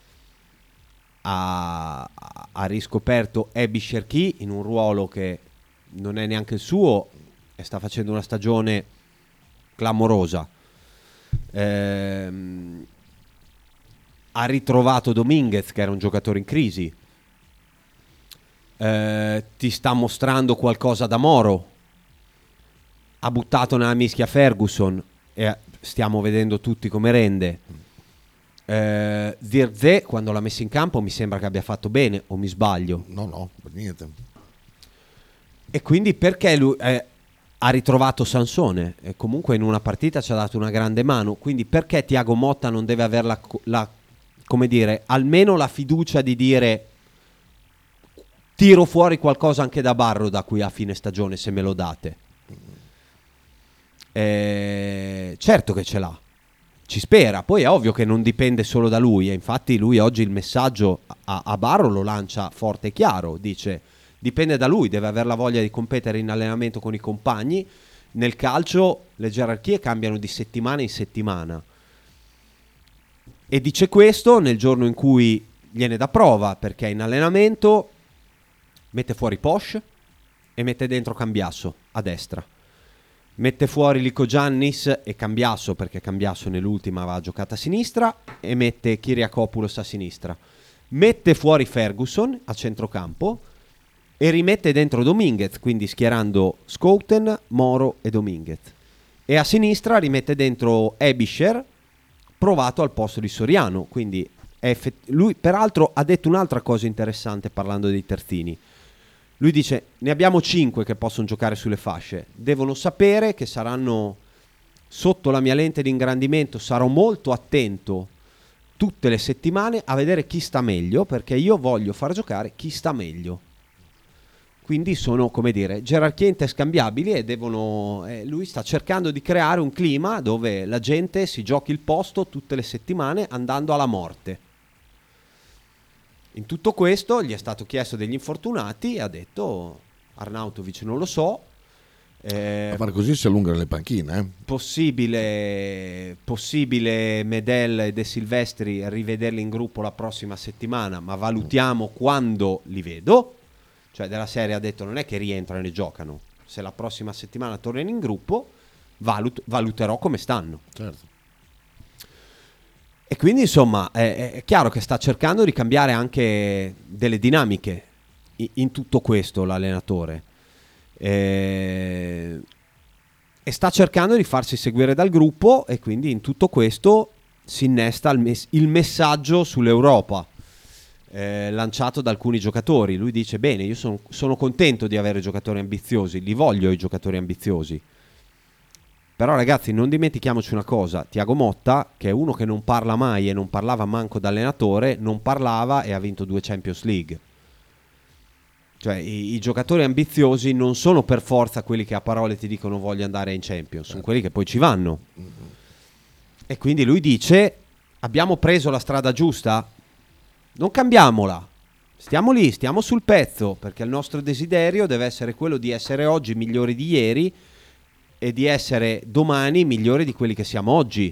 ha, ha riscoperto Ebi Cherki in un ruolo che non è neanche il suo e sta facendo una stagione clamorosa. Ehm, ha ritrovato Dominguez, che era un giocatore in crisi. Eh, ti sta mostrando qualcosa da Moro. Ha buttato nella mischia Ferguson e stiamo vedendo tutti come rende. eh, Zirze, quando l'ha messo in campo, mi sembra che abbia fatto bene, o mi sbaglio? No, no, per niente. E quindi perché lui eh, ha ritrovato Sansone e comunque in una partita ci ha dato una grande mano, quindi perché Thiago Motta non deve avere la, la, come dire, almeno la fiducia di dire tiro fuori qualcosa anche da Barro da qui a fine stagione se me lo date? Eh, certo che ce l'ha, ci spera, poi è ovvio che non dipende solo da lui, e infatti lui oggi il messaggio a, a Barro lo lancia forte e chiaro, dice dipende da lui, deve avere la voglia di competere in allenamento con i compagni. Nel calcio le gerarchie cambiano di settimana in settimana, e dice questo nel giorno in cui viene da prova, perché in allenamento mette fuori Posch e mette dentro Cambiasso a destra, mette fuori Lico Giannis e Cambiasso, perché Cambiasso nell'ultima aveva giocato a sinistra, e mette Kyriakopoulos a sinistra, mette fuori Ferguson a centrocampo e rimette dentro Dominguez, quindi schierando Schouten, Moro e Dominguez, e a sinistra rimette dentro Ebischer, provato al posto di Soriano. Quindi è effett- lui peraltro ha detto un'altra cosa interessante parlando dei terzini. Lui dice ne abbiamo cinque che possono giocare sulle fasce, devono sapere che saranno sotto la mia lente di ingrandimento, sarò molto attento tutte le settimane a vedere chi sta meglio, perché io voglio far giocare chi sta meglio. Quindi sono, come dire, gerarchie interscambiabili, e devono eh, lui sta cercando di creare un clima dove la gente si giochi il posto tutte le settimane andando alla morte. In tutto questo gli è stato chiesto degli infortunati e ha detto Arnautovic non lo so. Eh, A fare così si allungano le panchine. Eh? Possibile, possibile Medel e De Silvestri rivederli in gruppo la prossima settimana, ma valutiamo quando li vedo. Cioè della serie ha detto non è che rientrano e giocano, se la prossima settimana tornano in gruppo valut- valuterò come stanno. Certo. E quindi insomma è, è chiaro che sta cercando di cambiare anche delle dinamiche in, in tutto questo l'allenatore, e, e sta cercando di farsi seguire dal gruppo, e quindi in tutto questo si innesta il, mes- il messaggio sull'Europa Eh, lanciato da alcuni giocatori. Lui dice bene, io sono, sono contento di avere giocatori ambiziosi, li voglio i giocatori ambiziosi, però ragazzi non dimentichiamoci una cosa: Thiago Motta, che è uno che non parla mai e non parlava manco da allenatore, non parlava e ha vinto due Champions League. Cioè i, i giocatori ambiziosi non sono per forza quelli che a parole ti dicono voglio andare in Champions, sono quelli che poi ci vanno. Mm-hmm. E quindi lui dice abbiamo preso la strada giusta, non cambiamola, stiamo lì, stiamo sul pezzo, perché il nostro desiderio deve essere quello di essere oggi migliori di ieri e di essere domani migliori di quelli che siamo oggi.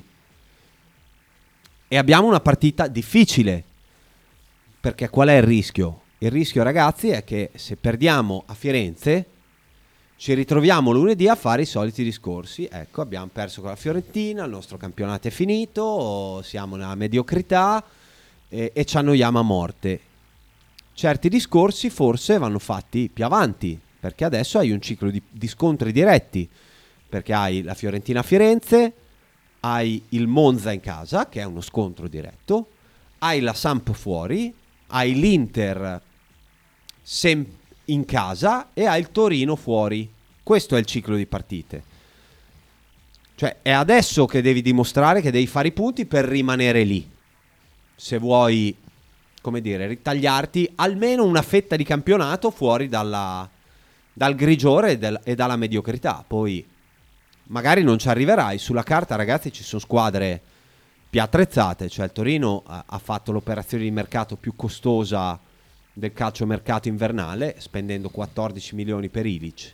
E abbiamo una partita difficile, perché qual è il rischio? Il rischio, ragazzi, è che se perdiamo a Firenze ci ritroviamo lunedì a fare i soliti discorsi. Ecco, abbiamo perso con la Fiorentina, il nostro campionato è finito, siamo nella mediocrità e, e ci annoiamo a morte. Certi discorsi forse vanno fatti più avanti, perché adesso hai un ciclo di, di scontri diretti, perché hai la Fiorentina a Firenze, hai il Monza in casa, che è uno scontro diretto, hai la Samp fuori, hai l'Inter sem- in casa e hai il Torino fuori. Questo è il ciclo di partite. Cioè è adesso che devi dimostrare che devi fare i punti per rimanere lì, se vuoi, come dire, ritagliarti almeno una fetta di campionato fuori dalla, dal grigiore e, del, e dalla mediocrità. Poi magari non ci arriverai. Sulla carta, ragazzi, ci sono squadre più attrezzate, cioè il Torino ha, ha fatto l'operazione di mercato più costosa del calciomercato invernale, spendendo quattordici milioni per Ilic.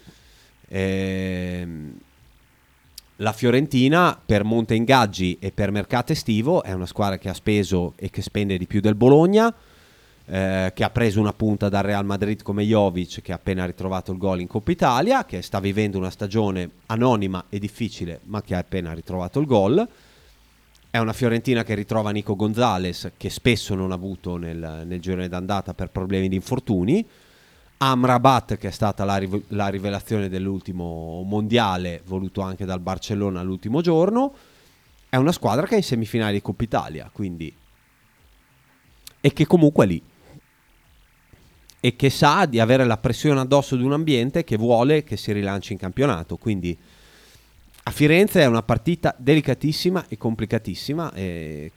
Ehm, la Fiorentina, per monte ingaggi e per mercato estivo, è una squadra che ha speso e che spende di più del Bologna, eh, che ha preso una punta dal Real Madrid come Jovic, che ha appena ritrovato il gol in Coppa Italia, che sta vivendo una stagione anonima e difficile, ma che ha appena ritrovato il gol. È una Fiorentina che ritrova Nico Gonzalez, che spesso non ha avuto nel, nel girone d'andata per problemi di infortuni. Amrabat, che è stata la, rive- la rivelazione dell'ultimo mondiale, voluto anche dal Barcellona all'ultimo giorno. È una squadra che è in semifinale di Coppa Italia, quindi, e che comunque è lì. E che sa di avere la pressione addosso di un ambiente che vuole che si rilanci in campionato. Quindi a Firenze è una partita delicatissima e complicatissima e,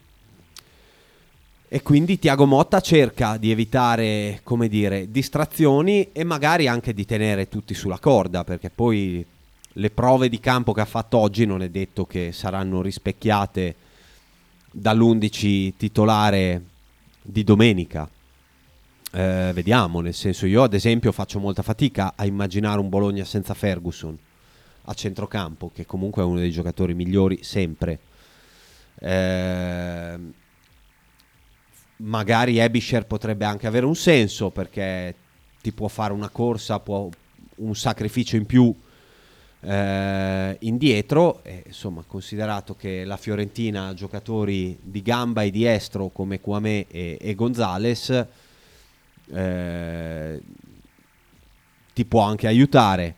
e quindi Thiago Motta cerca di evitare, come dire, distrazioni e magari anche di tenere tutti sulla corda, perché poi le prove di campo che ha fatto oggi non è detto che saranno rispecchiate dall'undici titolare di domenica. Eh, vediamo, nel senso, io ad esempio faccio molta fatica a immaginare un Bologna senza Ferguson a centrocampo, che comunque è uno dei giocatori migliori sempre. Eh, magari Ebischer potrebbe anche avere un senso, perché ti può fare una corsa, può un sacrificio in più eh, indietro, e, insomma, considerato che la Fiorentina ha giocatori di gamba e di estro come Kouamé e, e Gonzalez, eh, ti può anche aiutare.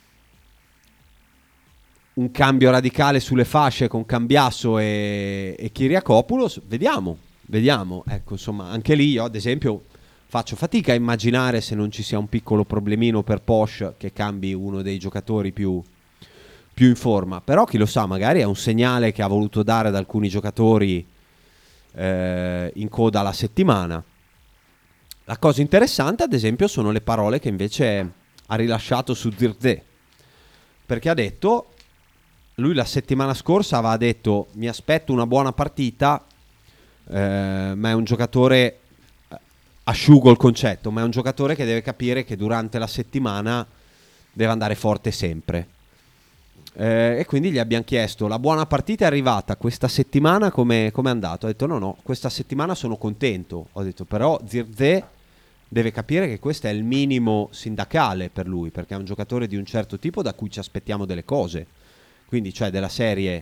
Un cambio radicale sulle fasce con Cambiasso e, e Kyriakopoulos, vediamo, vediamo. Ecco, insomma, anche lì io ad esempio faccio fatica a immaginare, se non ci sia un piccolo problemino per Posch, che cambi uno dei giocatori più, più in forma. Però chi lo sa, magari è un segnale che ha voluto dare ad alcuni giocatori eh, in coda alla settimana. La cosa interessante ad esempio sono le parole che invece ha rilasciato su Zirkzee, perché ha detto... Lui la settimana scorsa aveva detto: mi aspetto una buona partita, eh, ma è un giocatore, asciugo il concetto, ma è un giocatore che deve capire che durante la settimana deve andare forte sempre. Eh, e quindi gli abbiamo chiesto: la buona partita è arrivata questa settimana, come è andato? Ha detto no, no, questa settimana sono contento. Ho detto però Zirkzee deve capire che questo è il minimo sindacale per lui, perché è un giocatore di un certo tipo da cui ci aspettiamo delle cose. Quindi, cioè, della serie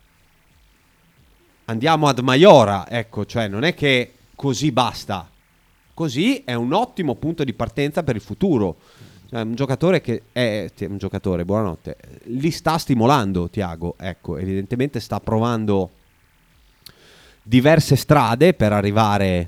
andiamo ad Maiora, ecco, cioè non è che così basta. Così è un ottimo punto di partenza per il futuro. Cioè, un giocatore che è un giocatore, buonanotte, li sta stimolando Thiago, ecco, evidentemente sta provando diverse strade per arrivare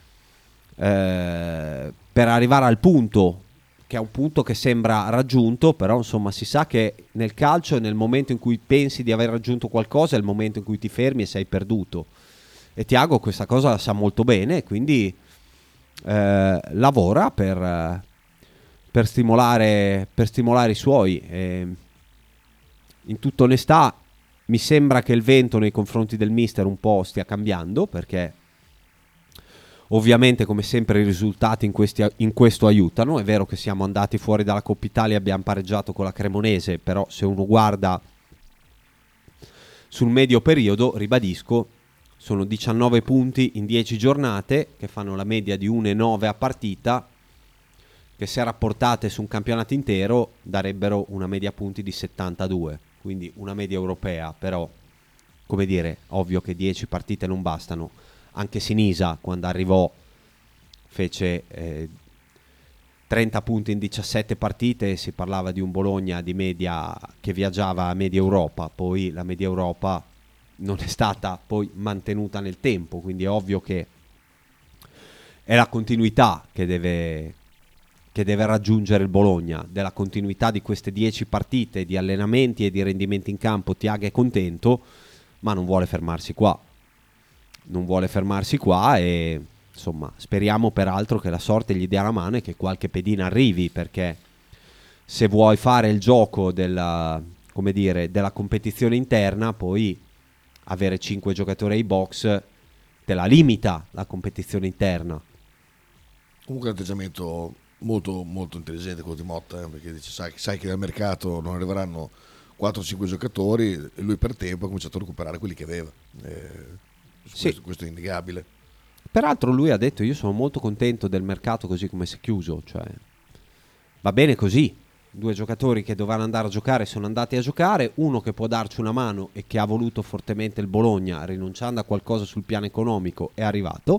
eh, per arrivare al punto, che è un punto che sembra raggiunto, però insomma si sa che nel calcio, nel momento in cui pensi di aver raggiunto qualcosa, è il momento in cui ti fermi e sei perduto, e Thiago questa cosa la sa molto bene, quindi eh, lavora per, per, stimolare, per stimolare i suoi. E in tutta onestà mi sembra che il vento nei confronti del mister un po' stia cambiando, perché ovviamente, come sempre, i risultati in, questi, in questo aiutano. È vero che siamo andati fuori dalla Coppa Italia e abbiamo pareggiato con la Cremonese, però se uno guarda sul medio periodo, ribadisco, sono diciannove punti in dieci giornate, che fanno la media di uno virgola nove a partita, che se rapportate su un campionato intero darebbero una media punti di settantadue, quindi una media europea. Però, come dire, ovvio che dieci partite non bastano. Anche Sinisa, quando arrivò, fece eh, trenta punti in diciassette partite e si parlava di un Bologna di media che viaggiava a media Europa. Poi la media Europa non è stata poi mantenuta nel tempo, quindi è ovvio che è la continuità che deve, che deve raggiungere il Bologna, della continuità di queste dieci partite, di allenamenti e di rendimenti in campo. Thiago è contento, ma non vuole fermarsi qua. Non vuole fermarsi qua e insomma speriamo peraltro che la sorte gli dia la mano e che qualche pedina arrivi, perché se vuoi fare il gioco della, come dire, della competizione interna, poi avere cinque giocatori ai box te la limita la competizione interna. Comunque è un atteggiamento molto, molto intelligente quello di Motta, eh, perché dice, sai, sai che dal mercato non arriveranno quattro cinque giocatori e lui per tempo ha cominciato a recuperare quelli che aveva. Eh, Sì. questo, questo è innegabile. Peraltro lui ha detto: io sono molto contento del mercato così come si è chiuso, cioè va bene così. Due giocatori che dovevano andare a giocare sono andati a giocare, uno che può darci una mano e che ha voluto fortemente il Bologna rinunciando a qualcosa sul piano economico è arrivato.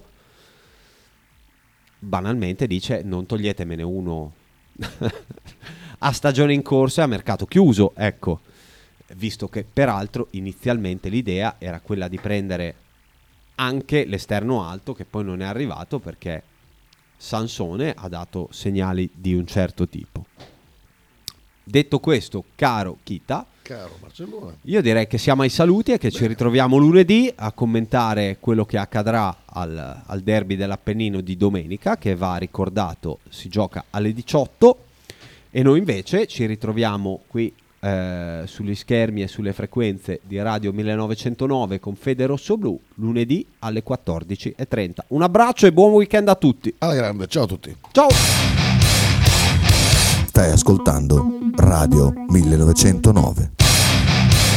Banalmente dice: non toglietemene uno a stagione in corso e a mercato chiuso, ecco, visto che peraltro inizialmente l'idea era quella di prendere anche l'esterno alto, che poi non è arrivato perché Sansone ha dato segnali di un certo tipo. Detto questo, caro Kita, Caro Marcellone, io direi che siamo ai saluti e che Bene. ci ritroviamo lunedì a commentare quello che accadrà al, al derby dell'Appennino di domenica, che va ricordato, si gioca alle diciotto, e noi invece ci ritroviamo qui eh, sugli schermi e sulle frequenze di Radio millenovecentonove con Fede Rosso Blu lunedì alle quattordici e trenta. Un abbraccio e buon weekend a tutti. Alla grande, ciao a tutti. Ciao. Stai ascoltando Radio millenovecentonove.